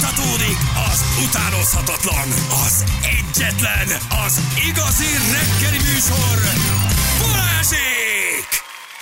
Folytatódik az utánozhatatlan, az egyetlen, az igazi reggeli műsor, Balázsék!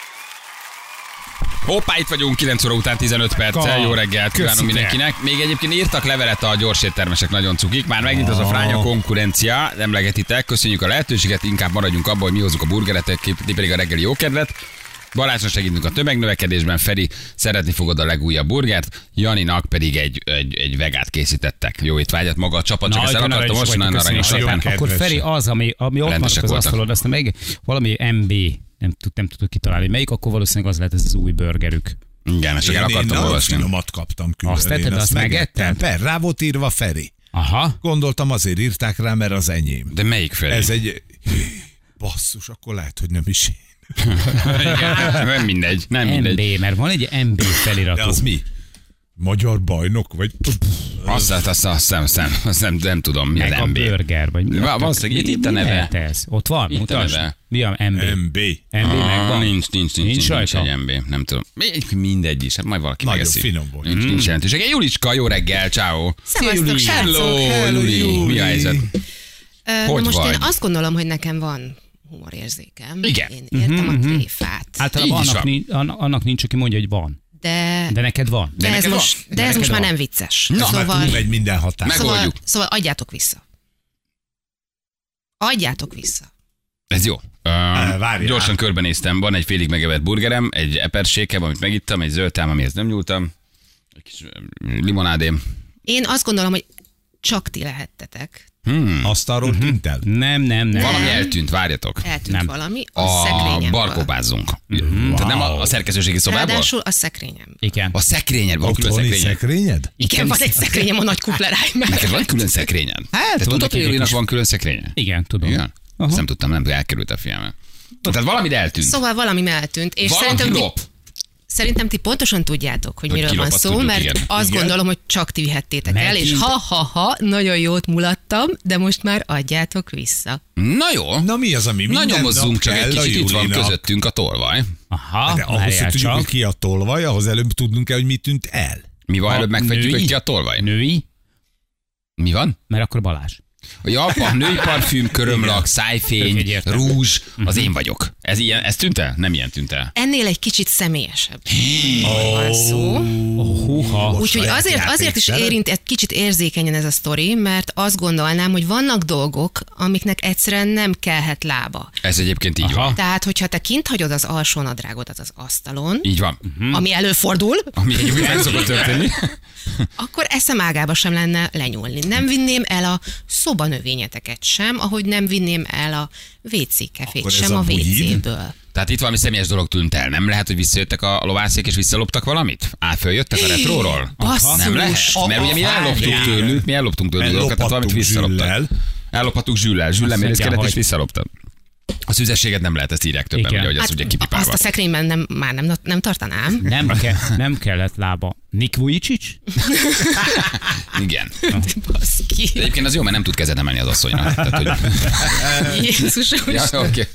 Hoppá, itt vagyunk, 9 óra után 15 perccel. Jó reggelt kívánunk mindenkinek. Még egyébként írtak levelet a gyorséttermesek, nagyon cukik. Már megint az a fránya konkurencia, emlegetitek. Köszönjük a lehetőséget, inkább maradjunk abban, hogy mi hozzuk a burgeret, ti pedig a reggeli jókedvet. Balázsnak segítünk a tömegnövekedésben, Feri szeretni fogod a legújabb burgert, Janinak pedig egy vegát készítettek. Jó étvágyat, maga a csapat, csak ezt el akartam most, nagyon aranyosan. Akkor Feri az, ami ott maradt az asztalon, aztán meg valami MB, nem tudok kitalálni, melyik, akkor valószínűleg az lehet ez az új burgerük. Igen, csak el akartam olvasni. Finomat kaptam külön. Azt tetted, azt megettem? Rá volt írva Feri. Aha. Gondoltam, azért írták rá, mert az enyém. De melyik Feri? Ez egy... Basszus, akkor lehet, hogy nem is én. Nem mindegy, nem mindegy. MB, mert van egy MB feliratú. De az mi? Magyar bajnok, vagy... Azt nem tudom, mi meg az a MB. burger, vagy mi? Valószínűleg itt a neve. Ez? Ott van? Itt a Mutasd. neve. Mi a MB? MB. MB megvan? Nincs rajta? egy MB, nem tudom. Mindegy is, hát majd valaki Nagyon megeszi. finom volt. Nincs jelentőség. Julicska, jó reggel, ciao. Szevasztok, srácok! Hello, Juli. Mi a helyzet? Hogy most vagy? én azt gondolom, hogy nekem van humorérzékem. Igen. Én értem a tréfát. Általában Így is annak nincs, aki mondja, hogy van. De neked van. ez neked most neked már van. nem vicces. Na, Már túlmegy minden határ. Megoldjuk. Szóval adjátok vissza. Adjátok vissza. Ez jó. Várjál. Gyorsan körbenéztem, van egy félig megevett burgerem, egy epersékem, amit megittam, egy zöld tám, amihez nem nyúltam, egy kis limonádém. Én azt gondolom, hogy csak ti lehettetek. Asztalról tűnt el? Nem. Valami eltűnt, várjatok. Eltűnt Nem. valami a szekrényemből. Barkóbázzunk. Tehát nem a szekrényzőségi szobából? Ráadásul a szekrényem. Igen. A szekrényed, van külön Otthoni szekrényed. szekrényed? Igen, van egy szekrényem a nagy kupleráj Neked mellett. van külön szekrényed? Hát, Te van tudod, neki hogy egy Julinak kis- van külön szekrénye? Igen, tudom. Igen? Aha. Azt nem tudtam, nem elkerült a fiamat. Tehát valami eltűnt. Szóval valami eltűnt. És Valaki lop. Szerintem ti pontosan tudjátok, hogy miről kilop, van azt szó, tudjuk, mert igen. azt Igen. gondolom, hogy csak ti vihettétek el, és Megint? ha, nagyon jót mulattam, de most már adjátok vissza. Na jó. Na mi az, ami Na minden nyomozzunk nap csak kell egy a kicsit, itt van Julinak? közöttünk a tolvaj. Aha, De ahhoz, várjál hogy tudjuk, hogy csak. ki a tolvaj, ahhoz előbb tudnunk kell, hogy mi tűnt el. Mi van, előbb megfejtjük, női? hogy ki a tolvaj? Női, Mi van? mert akkor Balázs. A női parfüm, körömlak, szájfény, Egyértelmű. rúzs, az én vagyok. Ez tűnt el? Nem ilyen tűnt el. Ennél egy kicsit személyesebb van szó. Húha. Úgyhogy saját azért is játékszere? érint egy kicsit érzékenyen ez a sztori, mert azt gondolnám, hogy vannak dolgok, amiknek egyszerűen nem kellhet lába. Ez egyébként így Aha. van. Tehát, hogyha te kint hagyod az alsónadrágodat az asztalon, Így van. ami előfordul, Ami egyébként meg szokott történni. akkor eszem ágába sem lenne lenyúlni. Nem vinném el a szobanövényeteket sem, ahogy nem vinném el a WC kefét Akkor ez sem a a bugyid? WC-ből. Tehát itt valami személyes dolog tűnt el. Nem lehet, hogy visszajöttek a lovászék és visszaloptak valamit? Följöttek a retróról? Basszus! Nem lehet? Mert ugye mi elloptunk tőlük, dolgokat, tehát valamit visszaloptak. Zsüllel. Ellophattuk Zsüllel mondja, mérészkedett és hogy- visszaloptam. A szüzességet nem lehet, ezt írják többen, Igen. ugye, hogy az Hát ugye azt kipipálva. a szekrényben már nem tartanám. Nem kellett lába. Nik Vujicic? Igen. Baszki. De egyébként az jó, mert nem tud kezed emelni az asszonynak. Tehát, hogy... Jézusom. Ja, oké.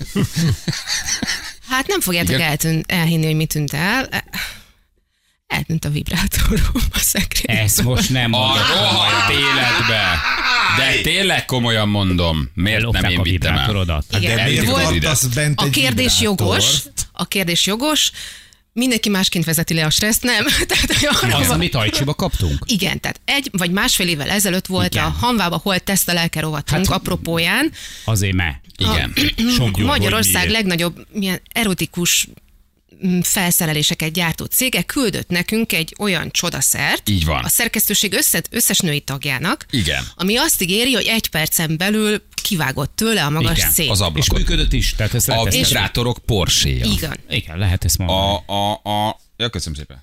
Hát nem fogjátok Igen. elhinni, hogy mi tűnt el. Eltűnt a vibrátorom a szekrényben. Ezt most nem A mondod. rohadt életbe! De tényleg komolyan mondom, miért nem Ellopták én a vittem el? vibrátorodat. Hát de Igen. miért Volt- tartasz bent A egy kérdés jogos. vibrátort? A kérdés jogos. Mindenki másként vezeti le a stresszt, nem? Tehát, hogy arra Az, van- amit Ajcsiba kaptunk? Igen, tehát 1 vagy másfél évvel ezelőtt volt Igen. a Hanvába Holt Tesla lelkerovatunk Hát- apropóján. Azért me. Igen. Sok jó. Magyarország miért? legnagyobb milyen erotikus felszereléseket gyártó cége küldött nekünk egy olyan csodaszert, Így van. a szerkesztőség összes női tagjának, Igen. ami azt ígéri, hogy 1 percen belül kivágott tőle a magas Igen. szél. Az És ablakot. működött is. Tehát ezt A lehet ezt- vibrátorok Porsche-ja. Igen. Igen, lehet ezt mondani. Ja, köszönöm szépen.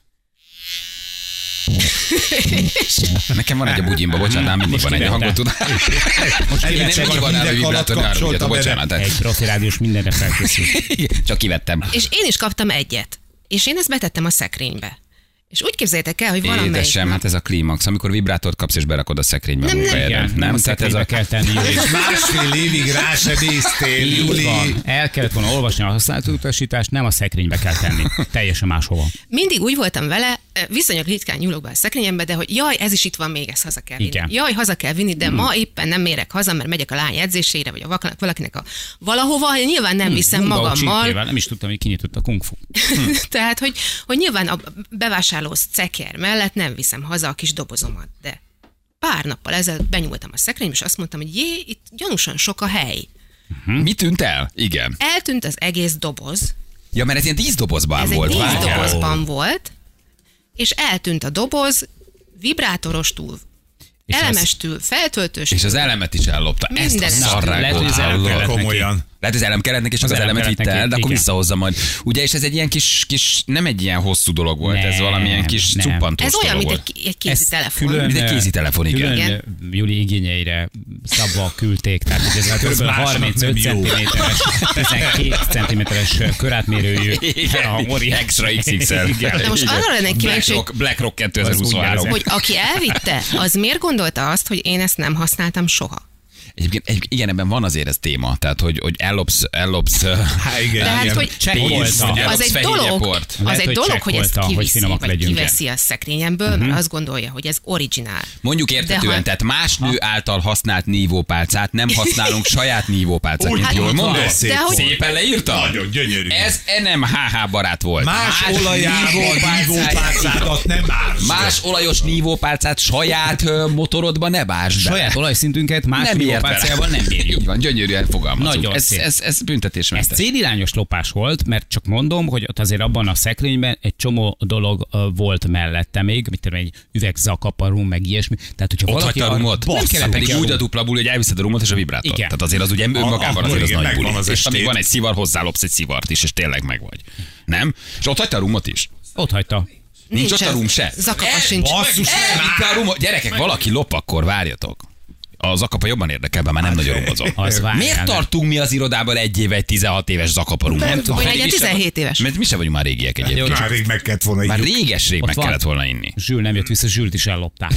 Nekem van egy a bugyimba, bocsánat, ám mindig van egy hangot, tudod. Én nem csak így van el, hogy minden vibrátor kalat nyáron, ugye, kapcsoltam bocsánat. Egy profi rádiós mindenre felkészül. Csak kivettem. És én is kaptam egyet. És én ezt betettem a szekrénybe. És úgy képzeljétek el, hogy valamelyik... Édesem, hát ez a klímax, amikor vibrátort kapsz és berakod a szekrénybe a Nem, nem. munkahelyeden. Igen, nem a Tehát ez szekrénybe a... kell tenni. Júli. És másfél évig rá se néztél, Így Juli. van. El kellett volna olvasni a használati utasítást, nem a szekrénybe kell tenni. Teljesen máshova. Mindig úgy voltam vele, viszonylag ritkán nyúlok be a szekrényembe, de hogy jaj, ez is itt van még, ezt haza kell vinni. Igen. Jaj, haza kell vinni, de ma éppen nem érek haza, mert megyek a lány edzésére, vagy valakinek a valahova, nyilván nem viszem magammal. Nem is tudtam, hogy kinyitott a kung fu. Tehát, hogy nyilván a bevásárló szekér mellett nem viszem haza a kis dobozomat, de pár nappal ezelőtt benyúltam a szekrénybe, és azt mondtam, hogy itt gyanúsan sok a hely. Mi tűnt el? Igen. Eltűnt az egész doboz. Ja, mert ez ilyen díszdobozban Ez volt. egy várjál. díszdobozban volt, és eltűnt a doboz, vibrátorostól, És elemestől, feltöltős. És az elemet is ellopta. Ezt a Minden. szarrágot. Lehet, hogy az elem hallod? kellett neki. Komolyan. Lehet, az elem kellett neki, és az elem elemet kellett vitte el, neki, de akkor igen. visszahozza majd. Ugye, és ez egy ilyen kis nem egy ilyen hosszú dolog volt, ez Nem, valamilyen kis nem. cuppantós Ez olyan, dolog mint volt. egy kézi telefon. Mint egy kézitelefon, igen. Külön Igen. Júli igényeire szabva küldték, tehát hogy ez kb. másnak 35 nem jó. cm-es, 12 cm-es körátmérőjű. Extra XXL. Igen. Na most arra lennék kíváncsi, hogy Black Rock 2023. hogy aki elvitte, az miért gondolta azt, hogy én ezt nem használtam soha? Egyébként igen, ebben van azért ez téma, tehát hogy ellopsz Hát igen, De hát, igen. hogy Csekkolta. az egy dolog, Port. Lehet, az egy hogy dolog, hogy ezt csekkolta, hogy kiviszi, finomak vagy legyünk. kiveszi a szekrényemből, mert azt gondolja, hogy ez originál. Mondjuk De érthetően, ha- tehát más nő által használt nívópálcát nem használunk saját nívópálcát. Úgy, Mint hát jól így van. mondod? De hogy- Szépen leírta? Nagyon gyönyörű. Ez nem HH barát volt. Más olajában nívópálcádat nem ársz. Más olajos nívópálcát saját motorodba ne básd be. Saját olajszintünket más Nem ért nívópálcájával vele. nem bírjuk. Így van, gyönyörűen fogalmazunk. Nagyon Ez szép. ez Ez büntetésmentes. célirányos lopás volt, mert csak mondom, hogy ott azért abban a szekrényben egy csomó dolog volt mellette még, mit tudom, egy üveg zakaparum, meg ilyesmi. Tehát, hogyha Ott valaki hagyta a rumot, nem kellett pedig neki a úgy a rum. dupla buli, hogy elviszed a rumot és a vibrátor. Igen. Tehát azért az ugye önmagában akkor azért az igen, nagy megvan buli. az És amíg estét. van egy szivar, hozzálopsz egy szivart is, és tényleg megvagy. Nem? És ott hagyta a rumot is. Ott hagyta. Nincs ott a ez. rum se. Zakapa sincs. Basszus, Elvitte a rumot. Gyerekek, valaki lop, akkor várjatok. A zakapa jobban érdekel, mert már nem nagyon rumozom. Az várjál, Miért de- tartunk mi az irodában egy éve egy 16 éves zakaparumot? Nem tudom, hogy legyen 17 éves. Mert mi sem vagyunk már régiek egyébként. Már rég meg kellett volna Már így. réges-rég Ott meg van. kellett volna inni. Zsül nem jött vissza, Zsült is ellopták.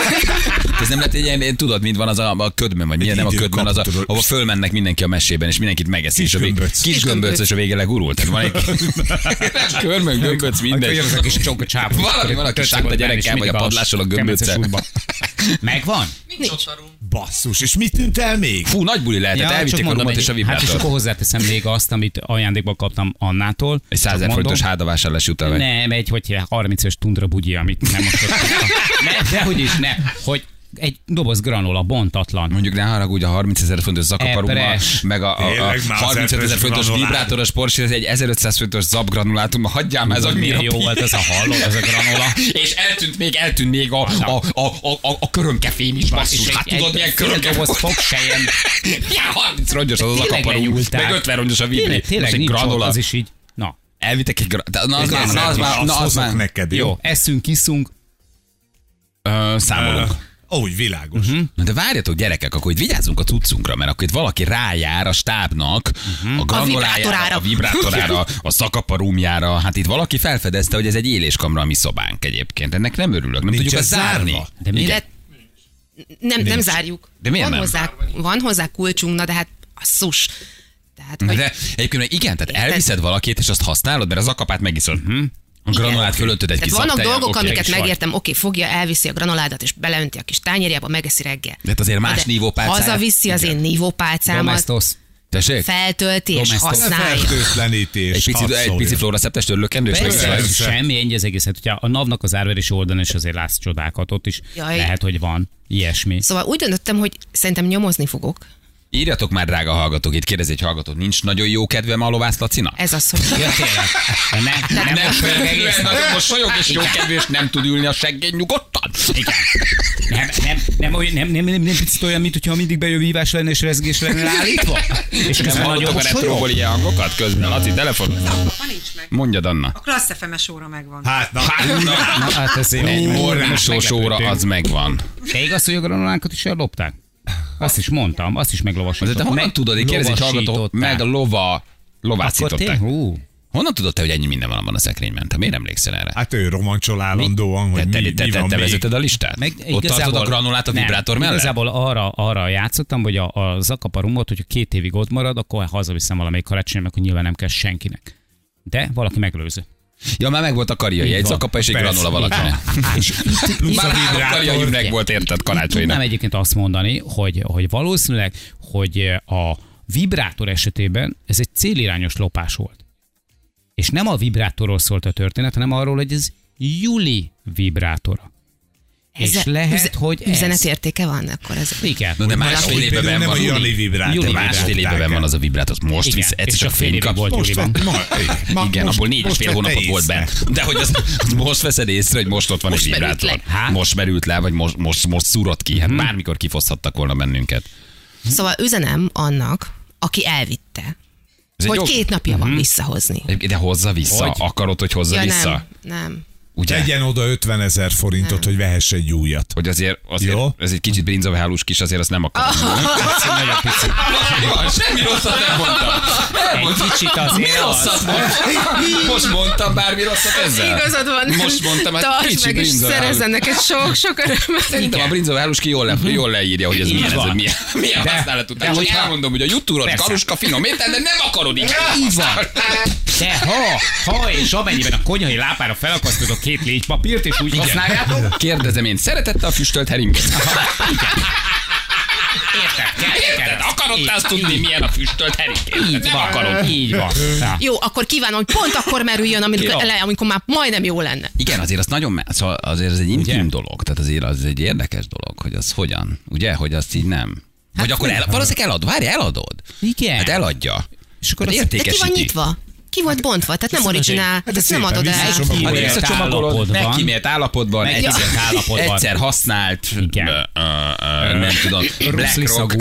Ez nem lett egy ilyen, tudod, mint van az a ködben, vagy milyen, nem a ködben, az ahol fölmennek mindenki a mesében, és mindenkit megeszi. és a vég- Kisgömböc. Kisgömböc, és a vége legurult. Tehát van egy körmön gömböc, minden. Akkor a kis csonka csáp. Valami van, aki sánt a gyerekkel, vagy a padlással a gömböccel. Megvan? Nincs. Basszus, és mit tűnt el még? Fú, nagy buli lehetett, csak elvitték a mondom, rumot és a hát és vibrátort. akkor hozzáteszem még azt, amit ajándékban kaptam Annától. Egy 100 000 forintos hádavásárlási utalvány. Nem, egy, hogy 30-ös tundra bugyi, amit nem most ne, dehogy is, ne, hogy egy doboz granola, bontatlan. Mondjuk ne haragudj, a 30 000 fontos zakaparummal, Epres. meg a Tényleg, már 35 000 fontos granulát. vibrátoros Porsche, ez egy 1500 fontos zabgranulátum, hagyjál már, ez a Milyen jó volt az a halló, az a granola. És eltűnt még a körömkefén is, basszus. Hát tudod, milyen körömkefén. doboz fogsejem. Ja, 30 rongyos az a Tényleg zakaparum, lenyúlták. meg 50 rongyos a vibri. Tényleg Most egy nincs ott, granola. az is így. Na, Elvittek egy granola. Na, az Azt hozok már neked, jó, jó? eszünk, iszunk. számolunk. Úgy, világos. Na de várjatok gyerekek, akkor itt vigyázzunk a cuccunkra, mert akkor itt valaki rájár a stábnak, a granulájára, a vibrátorára, a szakaparumjára. Hát itt valaki felfedezte, hogy ez egy éléskamra a mi szobánk egyébként. Ennek nem örülök, nem Nincs tudjuk ez ezt zárni. zárva? De mi? De nem zárjuk. De miért van nem? Van hozzá kulcsunk, na de hát asszus. Tehát, hogy De egyébként meg igen, tehát elviszed valakit, és azt használod, mert az akapát megiszod. A granulát fölöntöd egy tehát kis vannak zaptejjel, dolgok, oké. amiket is vagy. megértem, oké, fogja, elviszi a granuládat, és beleönti a kis tányérjába, megeszi reggel. De hát azért más nívópálcáját- Hazaviszi az én nívópálcámat, Domestos. Tessék? feltölti és Domestos. használja. Fertőtlenítés. Egy pici flóraszeptes törlőkendő, és Persze, megszólsz. semmi, ennyi az egészet. Hogyha a NAV-nak az árverési oldalon is azért látsz csodákat, ott is Jaj. lehet, hogy van ilyesmi. Szóval úgy döntöttem, hogy szerintem nyomozni fogok. Írjatok már, drága hallgatók, itt kérdez egy hallgató, nincs nagyon jó kedve ma a Lovász Lacinak? Ez az, hogy Ja, tényleg. Nem Nem, most vagyok egész nap. nagyon mosolyog és jó kedvű, és nem tud ülni a seggén nyugodtan. Igen. Nem picit olyan, mint hogyha mindig bejön vívás lenne és rezgés lenne állítva. És Nem közben hallottok nagyon a retróból mosolyog. ilyen hangokat közben? Laci, telefon. Ma nincs meg. Mondjad, Anna. A Klassz FM-es óra megvan. Hát, na, Na, hát ez Egy morningsós óra az megvan. Te igaz, hogy a granulánkat is ellopták? Azt is mondtam, azt is De meglovasították. te honnan tudod, én kérdezi egy hallgató, meg Akkor lovászították. te? Honnan tudod te, hogy ennyi minden van abban a szekrényben? Te miért emlékszel erre? hát ő romancsol állandóan, hogy mi van Te még. vezeted a listát? Ott tartod a granulát a nem, vibrátor mellett? Igazából arra játszottam, hogy a zakaparumot, hogyha 2 évig ott marad, akkor hazaviszem valamelyik karácsony, meg hogy nyilván nem kell senkinek. De valaki meglőző. Ja, már meg volt a karjai, egy zakapa és egy Persze. granula valakinek. Plusz Már a három vibrátor. karjaim meg volt, érted, Tudnám karácsonynak. egyébként azt mondani, hogy valószínűleg, hogy a vibrátor esetében ez egy célirányos lopás volt. És nem a vibrátorról szólt a történet, hanem arról, hogy ez Juli vibrátora. És lehet, hogy ez... Üzenetértéke van akkor ez. Igen. Na, de másfél Hogy éve például ben nem van. a Jali vibrátor. Juli Másfél éve ben van az a vibrátor. Most Igen, visz, és egyszer a csak fél évig fénykap. volt Juliban. Igen, abból 4,5 hónapot volt bent. De hogy az, most veszed észre, hogy most ott van Most egy merült vibrátor. le. Hát. Most merült le, vagy most szúrott ki. Hát bármikor kifoszthattak volna bennünket. Szóval üzenem annak, aki elvitte, Ez egy hogy jó- 2 napja van visszahozni. De hozza vissza. Hogy? Akarod, hogy hozza Ja, vissza? nem. Ugye? Tegyen oda 50 000 forintot, hogy vehesse egy újat. Hogy azért Jó. ez egy kicsit brinzavehálós kis, azért azt nem akarom. Nagyon pici. Semmi rosszat nem mondtam. Egy kicsit azért az. Most mondtam bármi rosszat ezzel? Igazad van. Most mondtam, hát Tartsd kicsi meg és brinzavehálós. szerezzen neked sok örömet. Szerintem a brinzavehálós ki jól leírja, hogy ez Így milyen, ez, van. hogy milyen De- használat de után. Csak hogyha- elmondom, hogy a jutúrod Persze. galuska finom étel, de nem akarod így. Így van. De ha és amennyiben a konyhai lápára felakasztodok 2 légypapírt, és úgy használjátok, Kérdezem én, szeretette a füstölt heringet? érted? Akarod te azt tudni, milyen a füstölt heringet? Így Nem van, akarod. így van. Ja. Jó, akkor kívánom, hogy pont akkor merüljön, amikor már majdnem jó lenne. Igen, azért azt nagyon, szóval azért ez egy intim dolog, tehát azért az egy érdekes dolog, hogy az hogyan, ugye, hogy azt így nem. Vagy akkor valószínűleg eladod, várj, eladod. Igen. Hát eladja. És akkor Hát azt- De ki van értékesíti. nyitva? Ki volt bontva? Tehát nem originál, Hát ezt nem adod el. visszacsomagolod. Hát Kimélt visszacsomagolod, állapotban. megkímélt állapotban, Megkímélt állapotban. egyszer használt, Igen. nem tudom, BlackRock,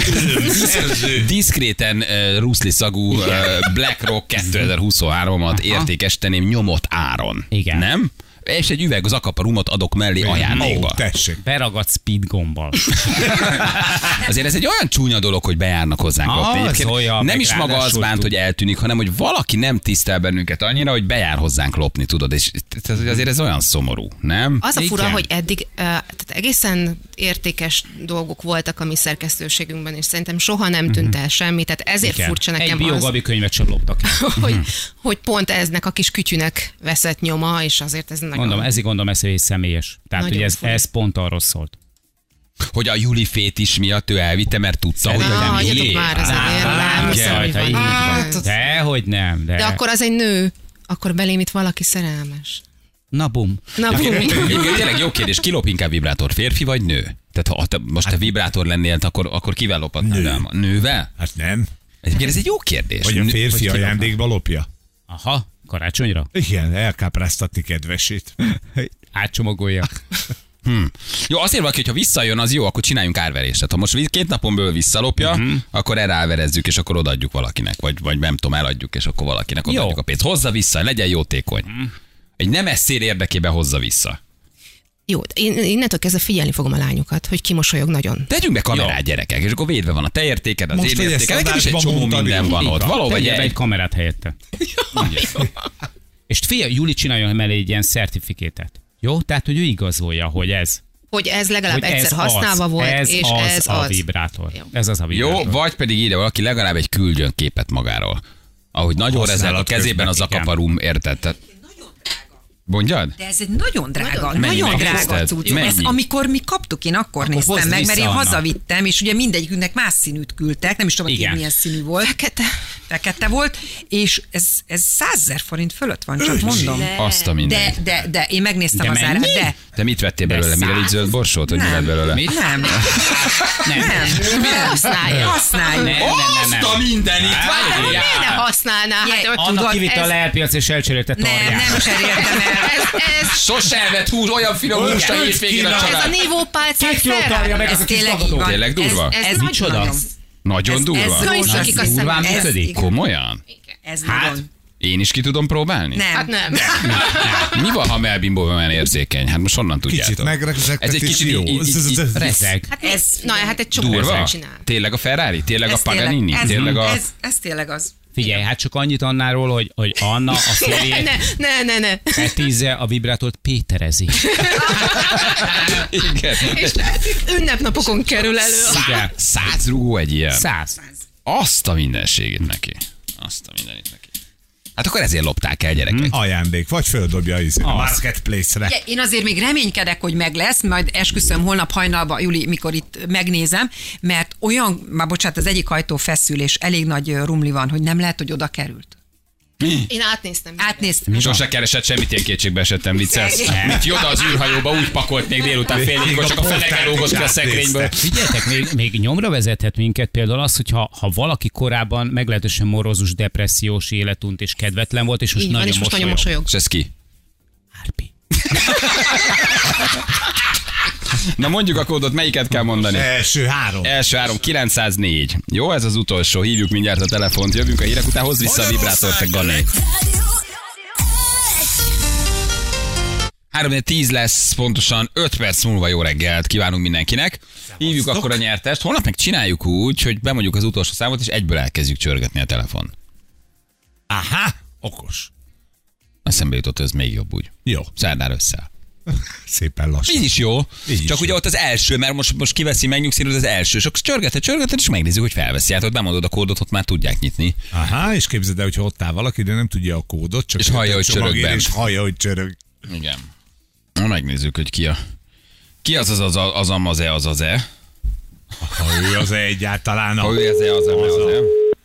diszkréten ruszliszagú BlackRock 2023-at értékesíteném nyomott áron. Igen. Nem? És egy üveg zakaparumot adok mellé ajándékba. Ó, tessék. Beragadt speed gombbal. Azért ez egy olyan csúnya dolog, hogy bejárnak hozzánk Az lopni. Egyébként olyan, nem meg is maga az ráadásul bánt, tud- hogy eltűnik, hanem hogy valaki nem tisztel bennünket annyira, hogy bejár hozzánk lopni, tudod? És azért ez olyan szomorú, nem? Az a fura, Igen. hogy eddig tehát egészen értékes dolgok voltak a mi szerkesztőségünkben, és szerintem soha nem tűnt el semmi, tehát ezért Igen. furcsa Egy nekem az, biogabi könyvet sem loptak. hogy pont eznek a kis kütyűnek veszett nyoma, és azért ez nagyon... Mondom, ezért gondolom, ez egy személyes. Tehát, Nagyon hogy fura. ez pont arról szólt. Hogy a Juli fétis miatt ő elvitte, mert tudta, hogy Szerintem nem hagyjatok Juli. már azért, nem hiszem, hogy Rajta, így van. van. Dehogy nem. De akkor az egy nő, akkor belém itt valaki szerelmes. Na bum. Na, bumi. Egyébként tényleg jó kérdés, ki lop inkább vibrátor, férfi vagy nő? Tehát ha te most te vibrátor lennél, akkor kivel lopatnád Nő. el? Nővel? Hát nem. Egyébként ez egy jó kérdés. Vagy a férfi Hogy ki ajándékba lopja. Aha, karácsonyra. Igen, elkápráztatni kedvesét. Átcsomagolja. Jó, azért valaki, hogyha visszajön, az jó, akkor csináljunk árverést. Tehát ha most 2 napon belül visszalopja, akkor erre árverezzük, és akkor odaadjuk valakinek, vagy nem tudom, eladjuk, és akkor valakinek odaadjuk Jó. a pénzt. Hozza vissza, legyen jótékony. Egy nemes szél érdekében hozza vissza. Jó, én innentől kezdve figyelni fogom a lányokat, hogy kimosolyog nagyon. Tegyünk be kamerát, gyerekek, és akkor védve van a te értéked, az Most, én hogy ezt értéked. Nekem is egy adásban csomó mondtad, minden így van ott. Valahogy Tegye be egy egy... kamerát helyette. És figyelj, Juli csináljon mellé egy ilyen szertifikétet. Jó? Tehát, hogy ő igazolja, hogy ez. Hogy ez legalább Hogy egyszer ez használva az, volt, ez és az ez a az. vibrátor. Jó. Ez az a vibrátor. Jó, vagy pedig ide valaki legalább egy küldjön képet magáról. Ahogy nagyon rezeg a Használat kezében közben, az akaparum, érted? Tehát... Mondjad? De ez egy nagyon drága, Mennyi nagyon drága megnézted? cucc. Mennyi? Ez, amikor mi kaptuk, én akkor néztem hozd meg, vissza mert én annak. hazavittem, és ugye mindegyikünknek más színűt küldtek, nem is tudom, hogy Igen. milyen színű volt. Fekete. Fekete volt, és ez 100 000 forint fölött van, csak mondom. Azt a mindenit. De én megnéztem De az mennyi? árát, de Te mit vettél belőle? Mire így zöld borsót, hogy mi lett belőle? Mit? nem. Nem. Használja. Használjuk. Nem. Azt a mindenit! Miért ne használná? Hát, Jaj, tudod, Annak kivitte a ez- lelpiac és elcserélte Nem, tarját. nem cseréltem el. ez Sose elvett hús, olyan finom húst a hétvégén a ez a család. Nívó pálcát Két kiló tarja meg, Ez az a kis tényleg így tagadó. van. Tényleg durva? Ez Micsoda? nagyon- Nagyon durva. Könyvszakik a Durván szemem. működik? Komolyan? Ez Hát, nagyon. Én is ki tudom próbálni? Nem. Hát nem. Mi van, ha Melbimbo olyan érzékeny? Hát most honnan tudjátok? Kicsit megrezegtet Ez egy és kicsit jó. Rezeg. Hát hát egy csomó durva. csinál. Tényleg a Ferrari? Tényleg a Ez tényleg- Paganini? ez- Tényleg a... Ez tényleg az. Figyelj, hát csak annyit annáról, hogy Anna a férje Ne. Petíze a vibrátort péterezi. Igen. És ünnepnapokon kerül elő. Igen. 100 rúgó egy ilyen. 100. Azt a mindenségét neki. Azt a mindenit neki. Hát akkor ezért lopták el gyerekek. Ajándék, vagy földobja a marketplace-re. Ugye, én azért még reménykedek, hogy meg lesz, majd esküszöm holnap hajnalban, Juli, mikor itt megnézem, mert olyan, már bocsánat, az egyik ajtó feszül, és elég nagy rumli van, hogy nem lehet, hogy oda került. Én átnéztem. Átnéztem. Sose keresett semmit, én kétségbe esettem, viccelsz. Mint Joda az űrhajóba, úgy pakolt még délután fél négykor, csak a feleke lógott ki a szekrényből. Figyeljetek, még nyomra vezethet minket például az, hogy ha valaki korábban meglehetősen morrózus, depressziós életunt és kedvetlen volt, és most Így van, nagyon és most nagyon mosolyog. mosolyog. És ez ki? Árpi. Na mondjuk a kódot, melyiket kell mondani? Első 3. Első 904. Jó, ez az utolsó. Hívjuk mindjárt a telefont. Jövünk a hírek után, hozz vissza a vibrátort, te Gani. 3-10 lesz, pontosan 5 perc múlva jó reggelt kívánunk mindenkinek. Hívjuk akkor a nyertest. Holnap meg csináljuk úgy, hogy bemondjuk az utolsó számot, és egyből elkezdjük csörgetni a telefon. Aha, okos. Eszembe jutott, ez még jobb úgy. Jó, Szerdán össze. szépen lassan. Így is jó. Így Csak is ugye jó. ott az első, mert most kiveszi, megnyugszírod az első, és akkor csörgeted, és megnézzük, hogy felveszi. Hát ott bemondod a kódot, ott már tudják nyitni. Aha, és képzeld el, hogyha ott áll valaki, de nem tudja a kódot, csak És hallja, hogy csomagér, csörög bent. és hallja, hogy csörög. Igen. Na, megnézzük, hogy ki az az-e. Ha ő az egyáltalán. Ha ő az-e.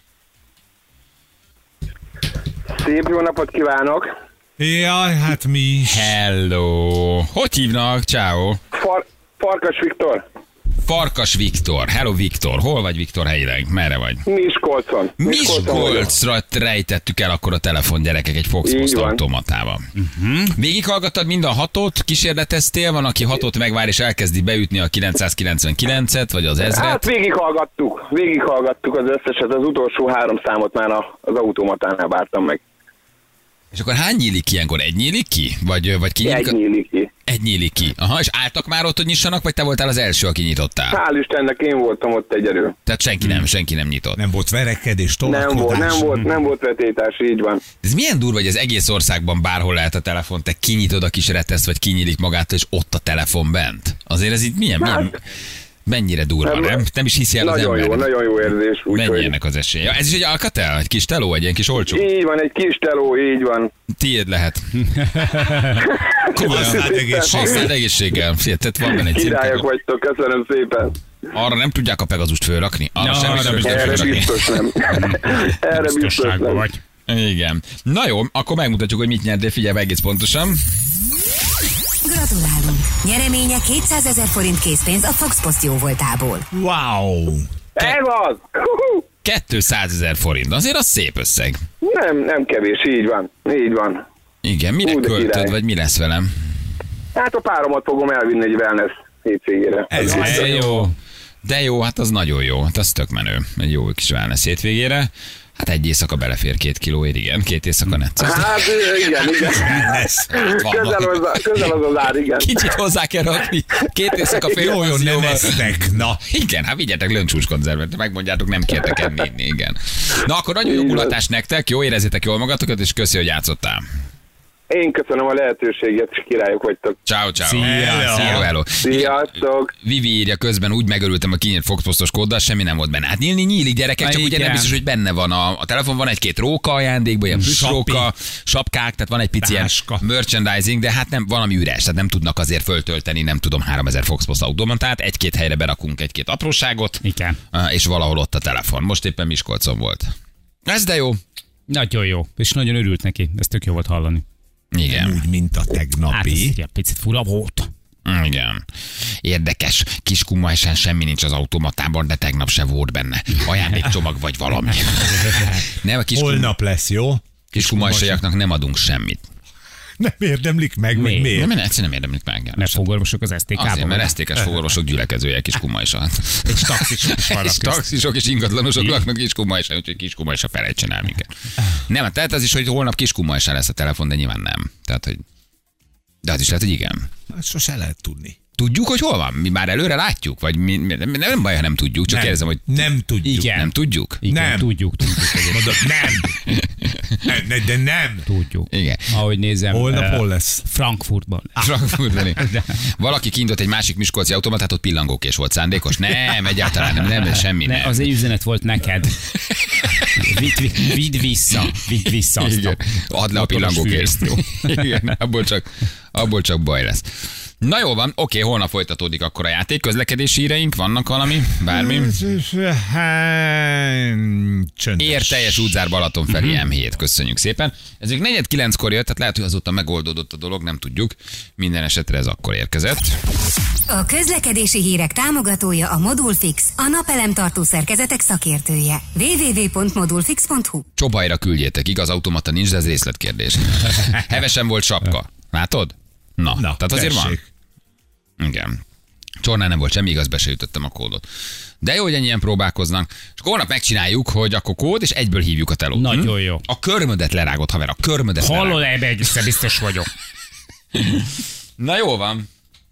Szép jó napot kívánok! Jaj, hát mi is. Hello. Hogy hívnak? Ciao. Farkas Viktor, Farkas Viktor. Hello Viktor. Hol vagy Viktor helyileg? Merre vagy? Miskolcon. Miskolcra rejtettük el akkor a telefon, gyerekek, egy Fox Így Post van. automatával. Végighallgattad mind a 6-ot, kísérleteztél, van, aki 6-ot megvár és elkezdi beütni a 999-et, vagy az 1000-et. Hát végighallgattuk az összeset, az utolsó 3 számot már az automatánál vártam meg. És akkor hány nyílik ki ilyenkor? Egy nyílik ki? Vagy ki nyílik? Egy nyílik ki. Egy nyílik ki. Aha, és álltak már ott, hogy nyissanak, vagy te voltál az első, aki nyitottál? Hál' Istennek én voltam ott egyedül. Tehát senki nem nyitott. Nem volt verekedés, Nem tolakodás. volt vetétás, így van. Ez milyen durva, hogy az egész országban bárhol lehet a telefon, te kinyitod a kis reteszt, vagy kinyílik magától, és ott a telefon bent. Azért ez itt mennyire durva, nem is hiszi el az ember. Nagyon jó érzés. Mennyi ennek az esélye? Ez is egy Alcatel, egy kis teló, egy ilyen kis olcsó? Így van, egy kis teló, így van. Tiéd lehet. Használd egészség. Használd egészséggel. Figyelj, van benne egy Királyok címke. vagytok, köszönöm szépen. Arra nem tudják a Pegazust fölrakni? Arra semmi arra sem biztos. Erre fölrakni. biztos nem. Erre biztos Biztosságban nem. vagy. Igen. Na jó, akkor megmutatjuk, hogy mit nyertél, figyelj egész pontosan. Gratulálunk! Nyereménye 200 000 forint készpénz a Fox Post jóvoltából. Wow. Ez az! 200 000 forint, azért az szép összeg. Nem kevés, így van. Igen, mire Hú, de költöd, király. vagy mi lesz velem? Hát a páromat fogom elvinni egy wellness hétvégére. Ez Az De jó. De jó, hát az nagyon jó. Hát az tök menő. Egy jó kis wellness hétvégére. Hát egy éjszaka belefér 2 kilóért, igen. 2 éjszaka netsz. Hát igen. Lesz. Közel az az ár, igen. Kicsit hozzá kell rakni. 2 éjszaka fél Jó, nem porcióval. esztek. Na, Igen, hát vigyetek löncsúskonzervet, megmondjátok, nem kértek enni, igen. Na akkor nagyon jó mulatást nektek, jó, érezzétek jól magatokat, és köszi, hogy játszottál. Én köszönöm a lehetőséget, és királyok vagytok. Ciao, ciao. Szia. Hello. Sziasztok! Vivi írja közben, úgy megörültem a kinyílt Foxpostos kóddal, semmi nem volt benne. Hát nyílik gyerekek, csak ugye nem Igen. biztos, hogy benne van a telefon, van egy-két róka ajándékban, ilyen plüssróka, sapkák, tehát van egy pici ilyen Táska. merchandising, de hát nem, valami üres, tehát nem tudnak azért föltölteni, nem tudom, 3000 Foxpost automatát, egy-két helyre berakunk egy-két apróságot, Igen. és valahol ott a telefon. Most éppen Miskolcon volt. Ez de jó. Nagyon jó, és nagyon örült neki. Ez tök jó volt hallani. Igen. úgy, mint a Hát ez tegnapi. egy picit fura volt. Igen. Érdekes. Kiskunmajsán semmi nincs az automatában, de tegnap se volt benne. Ajándékcsomag vagy valami. Nem, a Holnap lesz, jó? kiskunmajsaiaknak nem adunk semmit. Nem érdemlik meg, vagy Miért? miért? Nem, egyszerűen nem érdemlik meg. Mert fogorvosok az STK-ban. Azért, mert esztékes fogorvosok gyülekezője Kiskunmajsán. És taxisok is vannak És közt. taxisok és ingatlanosok laknak Kiskunmajsán, úgyhogy Kiskunmajsán felejtsen el minket. Nem, tehát az is, hogy holnap Kiskunmajsán lesz a telefon, de nyilván nem. Tehát, hogy... De az is lehet, hogy igen. Hát sose lehet tudni. Tudjuk, hogy hol van? Mi már előre látjuk? Vagy nem baj, ha nem tudjuk, csak Nem. kérdezem, hogy Nem tudjuk. Igen. nem tudjuk? Igen, Nem. tudjuk. Mondod, nem. De nem. Tudjuk. Igen. Ahogy nézem. Holnap hol lesz? Frankfurtban. Frankfurtban. Valaki kinyitott egy másik miskolci automatát, ott pillangókés volt, szándékos. Nem, egyáltalán nem, semmi nem. Az egy üzenet volt neked. Vidd vissza azt. Igen. Add le a pillangókést. Igen, abból csak baj lesz. Na jó van, oké, holnap folytatódik akkor a játék. Közlekedési híreink, vannak valami? Bármi? Ér teljes útzár Balaton felé M7, köszönjük szépen. Ez még 4:09-kor jött, tehát lehet, hogy azóta megoldódott a dolog, nem tudjuk. Minden esetre ez akkor érkezett. A közlekedési hírek támogatója a Modulfix, a napelemtartó szerkezetek szakértője. www.modulfix.hu. Csobajra küldjétek, igaz, automata nincs, de ez részletkérdés. Hevesen volt sapka. Látod? Na tehát azért van. Igen. Csornán nem volt semmi, igaz, be se ütöttem a kódot. De jó, hogy ennyien próbálkoznak. És akkor holnap megcsináljuk, hogy akkor kód, és egyből hívjuk a telót. Nagyon jó. A körmödet lerágott, haver, a körmödet Hallod, ebbe egészen biztos vagyok. Na jó van.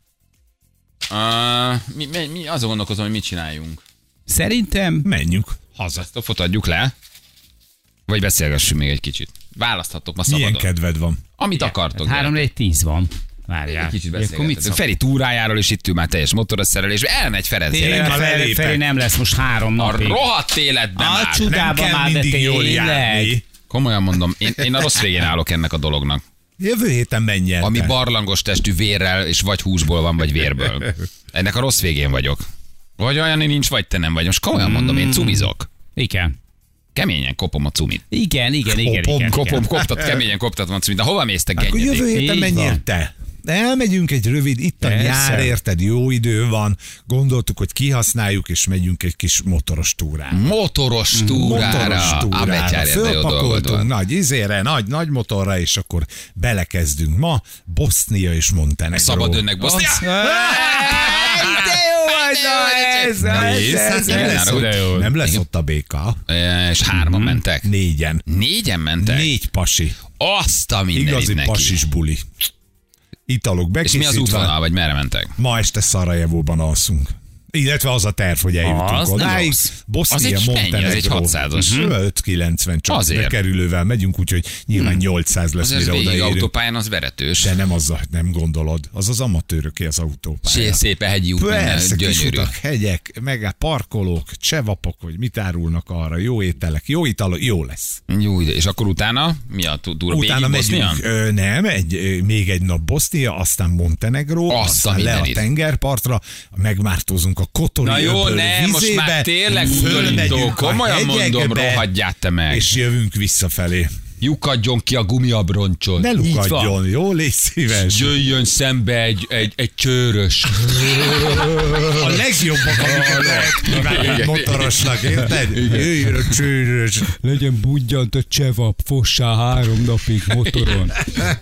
Mi azon gondolkozom, hogy mit csináljunk. Szerintem Menjünk. Haza. Ezt a adjuk le. Vagy beszélgessünk még egy kicsit. Választhatok ma szabadon. Milyen kedved van? Amit akartok. 3-4-10 van. Várjál. Egy kicsit beszélgetünk. Feri túrájáról is itt ül már teljes motoros szerelés. Elmegy Ferenc. Feri nem lesz most 3 A napig. rohadt életben A már. csodában Nem kell már, de mindig jól tényleg. járni. Komolyan mondom, én a rossz végén állok ennek a dolognak. Jövő héten menj el. Ami te. barlangos testű vérrel, és vagy húsból van, vagy vérből. Ennek a rossz végén vagyok. Vagy olyan nincs, vagy te nem vagy. Most komolyan mondom, én cumizok. Igen. Keményen kopom a cumit. Igen. Koptat, keményen koptatom a cumit. De hova mész te Akkor jövő gennyedik? héten Így menjél van. te. Elmegyünk egy rövid, itt a Persze. nyár, érted, jó idő van, gondoltuk, hogy kihasználjuk, és megyünk egy kis motoros túrára. Motoros túrára. Fölpakoltunk nagy izére, nagy motorra, és akkor belekezdünk. Ma Bosznia és Montenegró. Szabad önnek Bosznia. De jó vagy, Nem lesz ott a béka. És 3-an mentek? 4-en. 4-en mentek? 4 pasi. Azt a mindenit Igazi neki. pasis buli. Italok És bekészítve. mi az útvonal, vagy merre mentek? Ma este Szarajevóban alszunk. Illetve az a terv, hogy eljutunk Az nem odáig. rossz. Bosznia, Az egy mennyi? Montenegró. Az egy 600-as. 590 csak Azért. bekerülővel megyünk, úgyhogy nyilván 800 lesz, Az mire végig odaérünk. autópályán az veretős. De nem azzal, nem gondolod. Az az amatőröké az autópálya. Szép hegyi út, Persze, kis gyönyörű. utak, hegyek, meg parkolók, csevapok, hogy mit árulnak arra, jó ételek, jó italok, jó lesz. Jó ide. És akkor utána mi a túra? Utána Végig Bosznia? megyünk, még egy nap Bosznia, aztán Montenegró, Azt a aztán le a mindenit. tengerpartra, megmártózunk a Kotori Na jó, öböl ne, most vizébe, már tényleg fölmegyünk undorító. a Komolyan mondom, hegyekbe, rohadját te meg. és jövünk visszafelé. Lyukadjon ki a gumiabroncson. Ne Így van. lukadjon, jó, légy szíves. Jöjjön szembe egy csőrös. A legjobbak, amiket lehet kívánni motorosnak, érted? Jöjjön a csőrös. Legyen budjant a csevap, fossá 3 napig motoron.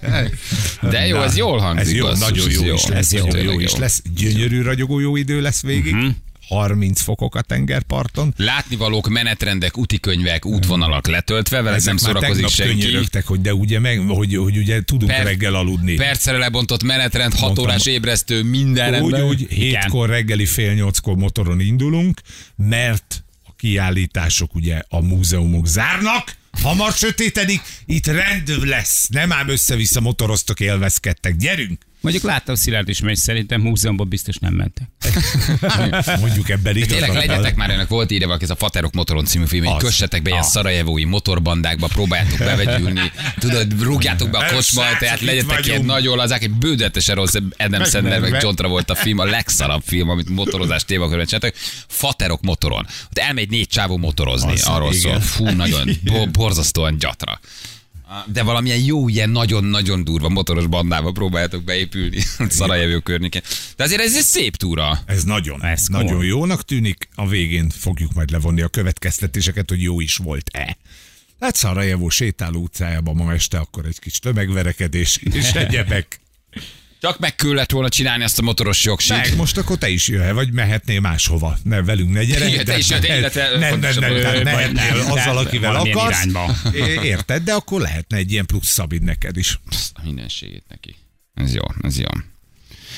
De jó, ez jól hangzik. Ez jó, basszus, nagyon ez jó is lesz. Ez Nagyon jó tényleg is lesz. Gyönyörű, ragyogó jó idő lesz végig. 30 fokok a tengerparton. Látnivalók, menetrendek, útikönyvek, útvonalak letöltve, vele nem Ezek már szórakozik tegnap senki. könyörögtek, hogy de ugye meg, hogy ugye tudunk reggel aludni. Percre lebontott menetrend, 6 Mondtam. órás ébresztő, minden rendben. Úgy, 7-kor reggeli 7:30-kor motoron indulunk, mert a kiállítások ugye a múzeumok zárnak, hamar sötétedik, itt rend lesz. Nem ám össze-vissza motoroztok, élvezkedtek. Gyerünk! Mondjuk láttam Szilárd is megy, szerintem múzeumban biztos nem mentek. Mondjuk ebben Tényleg igazad legyetek van. már, önök volt írva, ez a Faterok motoron című film, hogy Az. kössetek be ilyen szarajevói motorbandákba, próbáljátok bevegyülni, tudod, rúgjátok be a kocsma, Srácok, tehát itt legyetek vagyunk. ilyen nagyon lazák, egy bődetesen rossz Adam Sandler meg John Travolta film, a legszarabb film, amit motorozás témakörben csináltak. Faterok motoron. Ott elmegy 4 csávó motorozni, Az, arról igen. szól. Fú, nagyon borzasztóan gyatra. De valamilyen jó, ilyen nagyon-nagyon durva motoros bandába próbáljátok beépülni Szarajevó környéken. De azért ez egy szép túra. Ez nagyon, Ez nagyon komoly. jónak tűnik. A végén fogjuk majd levonni a következtetéseket, hogy jó is volt-e. Hát Szarajevó sétáló utcájában ma este akkor egy kis tömegverekedés és egyebek. Csak meg kellett volna csinálni azt a motoros jogsit. Meg most akkor te is jöhet, vagy mehetnél máshova. Ne, velünk ne gyere. Igen, te is jöhet, illetve nem, mehetnél azzal, akivel valamilyen akarsz. irányba. Érted, de akkor lehetne egy ilyen plusz szabid neked is. A mindenségét neki. Ez jó, ez jó.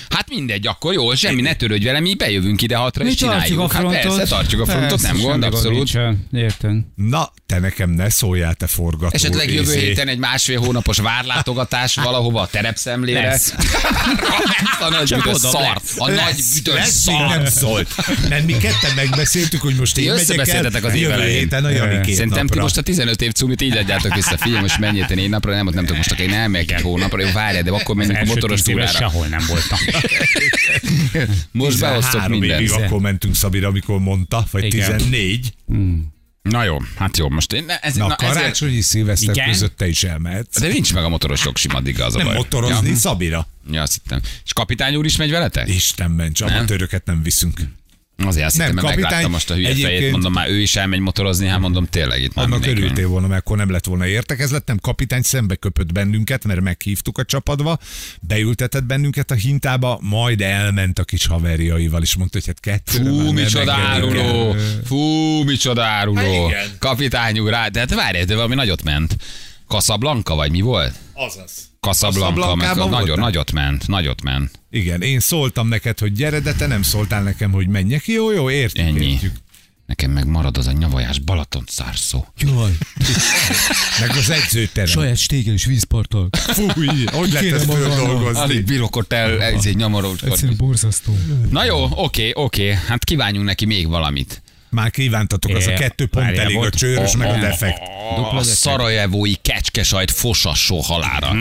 Hát mindegy, akkor jó, semmi, ne törődj vele, mi bejövünk ide 6-ra, és csináljuk. Hát persze, tartjuk a frontot, nem gond, abszolút. Értem. Na, te nekem ne szóljál, te forgató. Esetleg jövő héten egy 1,5 hónapos várlátogatás valahova a terepszemlére. Lesz. A nagy büdös szar. A nagy büdös szar. Nem szólt. Mert mi ketten megbeszéltük, hogy most én megyek el, az év jövő elején. héten a Jani 2 Szerintem ti napra. most a 15 év cumit így adjátok vissza. Figyelj, most menjél 4 napra, nem tudok most akár nem megyek egy hónapra, jó, várjál, de akkor menjünk a motoros túrára. Sehol nem voltam. Most beosztok 13 évig mindent. akkor mentünk Szabira, amikor mondta, vagy Igen. 14. Na jó, hát jó, most én... Na, karácsonyi szilveszter Igen? között te is elmehetsz. De nincs meg a motoros jogsim addig, az a Nem baj. motorozni, Ja. Szabira. Ja, azt hittem. És kapitány úr is megy veletek? Isten ments, amatőröket nem viszünk. Azért azt Nem, hittem, mert kapitány, megláttam most a hülye fejét, egyébként- mondom, már ő is elmegy motorozni, hát mondom, tényleg itt már Annak mindenki örültél megy. volna, mert akkor nem lett volna értekezlet, nem kapitány szembe köpött bennünket, mert meghívtuk a csapatba, beültetett bennünket a hintába, majd elment a kis haverjaival, és mondta, hogy hát kettőre már Fú, nem micsoda engedünk áruló! el. Fú, micsoda áruló! Hát igen. Kapitány úr, de hát várj, de valami nagyot ment. Casablanca vagy mi volt? Azaz. Casablanca, meg Casablancában voltál? nagyot ment. Igen, én szóltam neked, hogy gyere, de te nem szóltál nekem, hogy menjek. Jó, értjük, Ennyi. értjük. Nekem meg marad az a nyavajás Balaton szárszó. Jaj, Meg az edzőterem. stégel és vízparttal. Fúj, hogy lehet ezt Alig földolgozni? bírok ott nyamorodni. borzasztó. Na jó, oké, hát kívánjunk neki még valamit. Már kívántatok, az a 2 pont Várjál, elég, a volt- csőrös, meg a defekt. A szarajevói kecskesajt fosassó halára.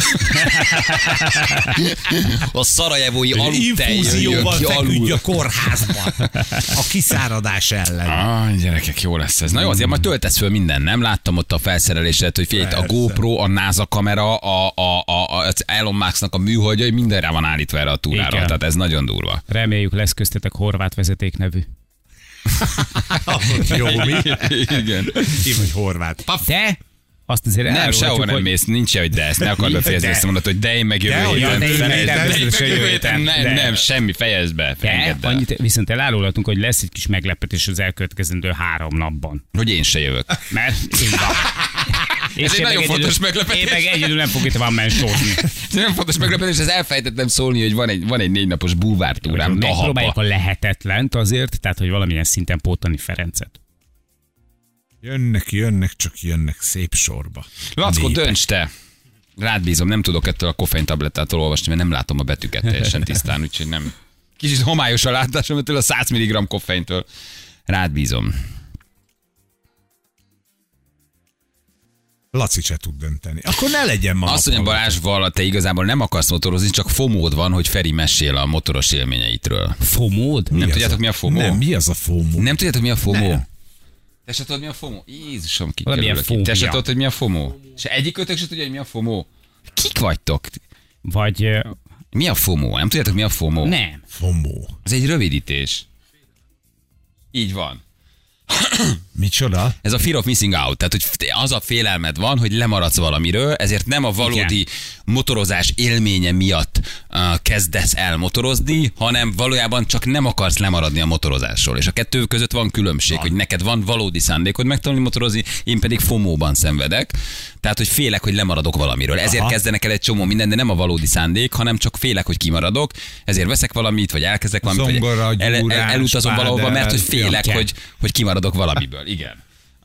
A szarajevói aludtej Infúzióval ki feküdj alul. a kórházban. A kiszáradás ellen. Gyerekek, jó lesz ez. Na jó, azért majd töltesz föl minden, nem? Láttam ott a felszereléset, hogy figyelj, a Persze. GoPro, a NASA kamera, az Elon Musknak a műholdja, mindenre van állítva erre a túrára. Igen. Tehát ez nagyon durva. Reméljük lesz köztetek horvát vezeték nevű. Jó, mi? Igen. Ki vagy horvát? Paf. De azt azért Nem, elárulhatjuk, sehova nem hogy- mész, nincs hogy de, ezt ne akard befejezni, De. ezt mondod, hogy de én meg jövő De, héten. olyan, de én meg természetesen jövő héten. Nem, semmi, fejezd be, De, engedd el. annyit viszont elárulhatunk, hogy lesz egy kis meglepetés az elkövetkezendő 3 napban. Hogy én se jövök. Mert így van. És egy én nagyon meg fontos egyedül- meglepetés. Én meg egyedül nem fogok itt van mensózni. Ez nem fontos meglepetés, ez elfejtettem szólni, hogy van egy 4 napos bulvártúrám Megpróbáljuk Dahaba. a lehetetlent azért, tehát hogy valamilyen szinten pótani Ferencet. Jönnek, csak jönnek szép sorba. Lackó, Népek. dönts te. Rád bízom, nem tudok ettől a koffein tablettától olvasni, mert nem látom a betűket teljesen tisztán, úgyhogy nem. Kicsit homályos a látásom ettől a 100 mg koffeintől. Rád bízom. Laci se tud dönteni. Akkor ne legyen ma. Azt mondja Balázs, vala, te igazából nem akarsz motorozni, csak FOMO-d van, hogy Feri mesél a motoros élményeitről. Fomód? Nem tudjátok, mi a FOMO? Nem, mi az a FOMO? Nem tudjátok, mi a FOMO? Nem. Te se tudod, mi a FOMO? Jézusom, Valamilyen kikerülök itt. Te se fóbia. tudod, hogy mi a FOMO? Se egyikőtök se tudja, hogy mi a FOMO? Kik vagytok? Vagy Mi a FOMO? Nem tudjátok, mi a FOMO? nem. FOMO. Ez egy rövidítés. Így van. Micsoda? Ez a fear of missing out, tehát hogy az a félelmed van, hogy lemaradsz valamiről, ezért nem a valódi motorozás élménye miatt kezdesz el motorozni, hanem valójában csak nem akarsz lemaradni a motorozásról. És a kettő között van különbség, hogy neked van valódi szándékod megtanulni motorozni, én pedig FOMO-ban szenvedek. Tehát, hogy félek, hogy lemaradok valamiről. Ezért Aha. kezdenek el egy csomó minden, de nem a valódi szándék, hanem csak félek, hogy kimaradok, ezért veszek valamit, vagy elkezdek valamit, Zongora, vagy gyúrás, elutazom valahova, mert hogy félek, Ja. hogy kimaradok valamiből. Igen.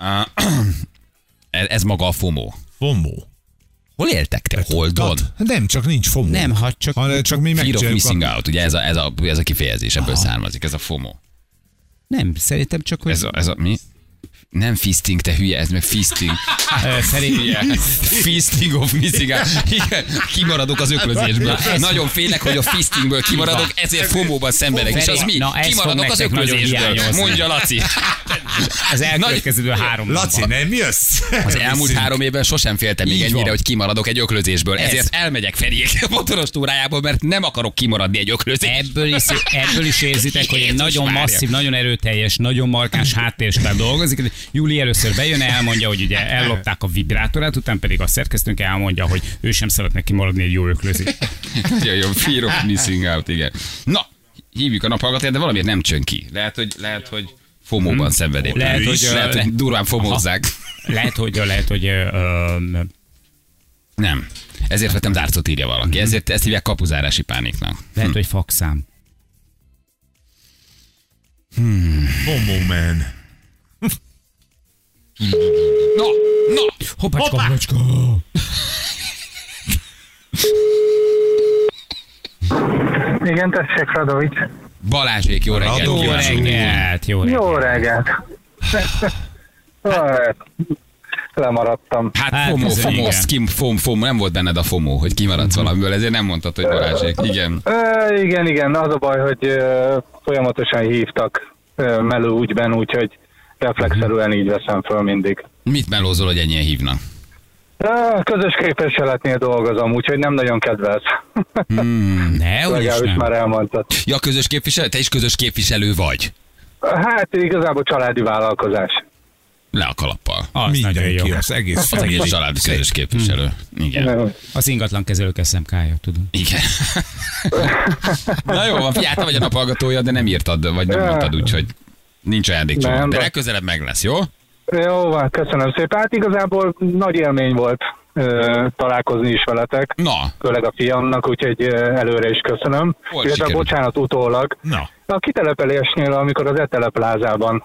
Ez maga a FOMO. FOMO. Hol éltek te? Holdon? Nem, csak nincs FOMO. Nem, ha csak- csak mi Fear of megcsináljuk missing out, ugye ez a kifejezés, ebből származik, ez a FOMO. Nem, szerintem csak, hogy... Ez a mi? Nem fisting, te hülye, ez meg fisting. Szerintem... Fisting of missing out. Igen, kimaradok az öklözésből. Nagyon félek, hogy a fistingből kimaradok, ezért FOMO-ban szenvedek. És az mi? Na, ez fog Kimaradok az nektek nagyon öklözésből. hiányozni. Mondja Laci. Az elkövetkező 3 Laci, napban. nem jössz? Az elmúlt 3 évben sosem féltem még Így ennyire, van. hogy kimaradok egy öklözésből. Ez. Ezért elmegyek Feriék a motoros túrájából, mert nem akarok kimaradni egy öklözésből. Ebből is érzitek, hogy egy Jézus nagyon Mária. masszív, nagyon erőteljes, nagyon markáns háttérspel dolgozik. Júli először bejön, elmondja, hogy ugye ellopták a vibrátorát, után pedig a szerkesztőnk elmondja, hogy ő sem szeretne kimaradni egy jó öklözés. Nagyon jó, fear of missing out, igen. Na, hívjuk a naphallgatóját, de valamiért nem csön ki. Lehet, hogy FOMO-ban szenved éppen. Lehet, hogy, durván FOMO-zzák. Lehet, hogy Nem. Ezért vettem dárcot, írja valaki. Ezért ezt hívják kapuzárási pániknak. Lehet, hogy fakszám. Homo man. Na! Hoppácska. Igen, tessék, Radovics. Balázsék, jó reggelt. Jó kívánunk. reggelt. Jó reggelt. Lemaradtam. Hát FOMO, nem volt benned a FOMO, hogy kimaradsz valamiből, ezért nem mondtad, hogy Balázsék. Igen. Igen, az a baj, hogy folyamatosan hívtak melóügyben, úgyhogy reflexzerűen így veszem föl mindig. Mit melózol, hogy ennyien hívnak? Közös képviseletnél dolgozom, úgyhogy nem nagyon kedvelsz. Ne, úgyis Legalábbis nem. már elmondtad. Ja, közös képviselő? Te is közös képviselő vagy? Hát igazából családi vállalkozás. Le a kalappal. Az nagyon jó. Mindenki, az egész Az egész családi közös képviselő. Igen. Az ingatlan kezelők SMK-ja, tudom. Igen. Na jó van, figyelj, te vagy a naphallgatója, de nem írtad, vagy nem mondtad, úgyhogy nincs ajándékcsomag. Nem, De de- legközelebb meg lesz, jó? Jó van, köszönöm szépen. Hát igazából nagy élmény volt találkozni is veletek. Na, Főleg a fiamnak, úgyhogy előre is köszönöm. Hol Illetve sikerült? bocsánat utólag. Na. A kitelepelésnél, amikor az Eteleplázában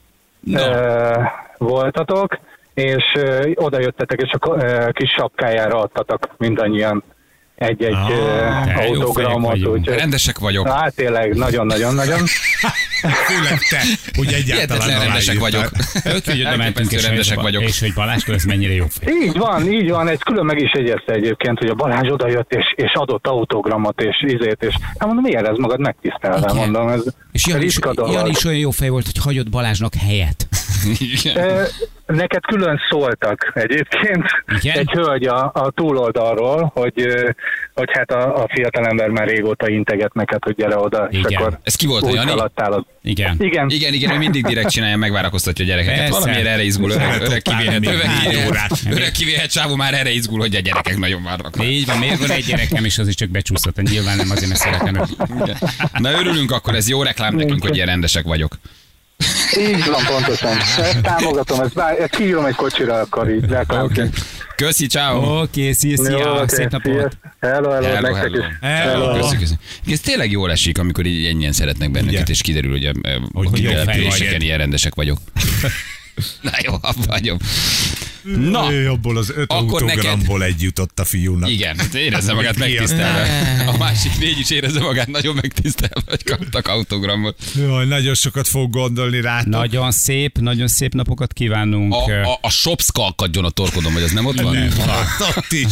voltatok, és oda jöttetek, és a kis sapkájára adtatok mindannyian egy-egy te jó autogramot. fejek vagyunk. Úgyhogy, rendesek vagyok. hát tényleg, nagyon. Főleg te, hogy egyáltalán Hihetetlen rendesek aláírtál. vagyok. Öt hogy oda mentünk, Elképesztő rendesek vagyok. és hogy Baláskor ez mennyire jó fej. így van, egy külön meg is jegyezte egyébként, hogy a Balázs oda jött, és adott autogramot, és izét, és hát mondom, miért ez magad megtisztelve, Igen. mondom, ez És Jani is, ritka dolog. Jani is olyan jó fej volt, hogy hagyott Balázsnak helyet. Igen. Neked külön szóltak egyébként. Igen? Egy hölgy a túloldalról, hogy hát a fiatalember már régóta integet neked, hogy gyere oda, és Igen. akkor Ez ki volt a úgy Jani? feladtál az. Igen. Igen. Ő mindig direkt csinálja, megvárakoztatja a gyerekeket. Persze. Valamiért erre izgul, öreg kivéhet, Négy órát. öreg kivéhet sávú már erre izgul, hogy a gyerekek nagyon várnak. Így van, miért van egy gyerekem, és az is csak becsúszott. Nyilván nem azért, mert szeretem őt. Igen. Na örülünk akkor, ez jó reklám nekünk, hogy ilyen rendesek vagyok. Így van, pontosan. Ezt támogatom, ezt kiírom egy kocsira, akkor így. Okay. Köszi, ciao. Oké, szia, szép napot. Hello, nektek is. Köszi. Ez tényleg jól esik, amikor így ennyien szeretnek bennünket, Ugye? és kiderül, hogy Hogy jó fej településeken vagy. ilyen rendesek vagyok. Na jó, abba vagyok. Na, Abból az 5 Akkor autogramból egy jutott a fiúnak. igen, érezze magát megtisztelve. A másik 4 is érezze magát nagyon megtisztelve, hogy kaptak autogramot. Jaj, nagyon sokat fog gondolni rátok. Nagyon szép napokat kívánunk. A shopska akadjon a torkodon, vagy az nem ott van? Nem, hát ott is.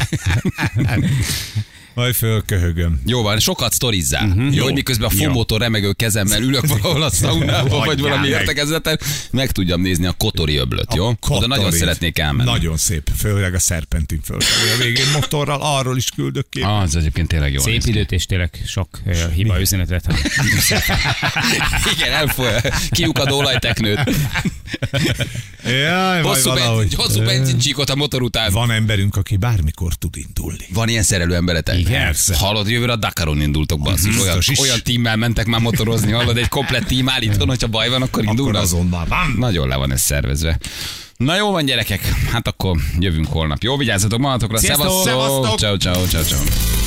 Majd fölköhögöm. Jó van, sokat sztorizzál. Jó, hogy miközben a FOMO-tól remegő kezemmel ülök valahol a szaunában, vagy Hagyjál valami meg. értekezleten, meg tudjam nézni a Kotori öblöt, jó? Oda nagyon Kotorit. szeretnék elmenni. Nagyon szép, főleg a szerpentin fölfelé. A végén motorral, arról is küldök ki. Az egyébként tényleg jó. Szép időt, és tényleg sok hiba üzenetet. Igen, kiukadó olajteknőt. Jaj, majd valahogy. Hosszú benzincsíkot a motor után. Van emberünk, aki bármikor tud indulni. Van ilyen szerelő emberetek? Persze. Hallod, jövőre a Dakaron indultok, basszus. Biztos is. Olyan tímmel mentek már motorozni, hallod, egy komplett tím állíton, hogyha baj van, akkor Akkor indulnak. azonnal van. Nagyon le van ez szervezve. Na jó van, gyerekek, hát akkor jövünk holnap. Jó, vigyázzatok magatokra. Sziasztok! Szevasztok! Ciao, ciao, ciao, ciao.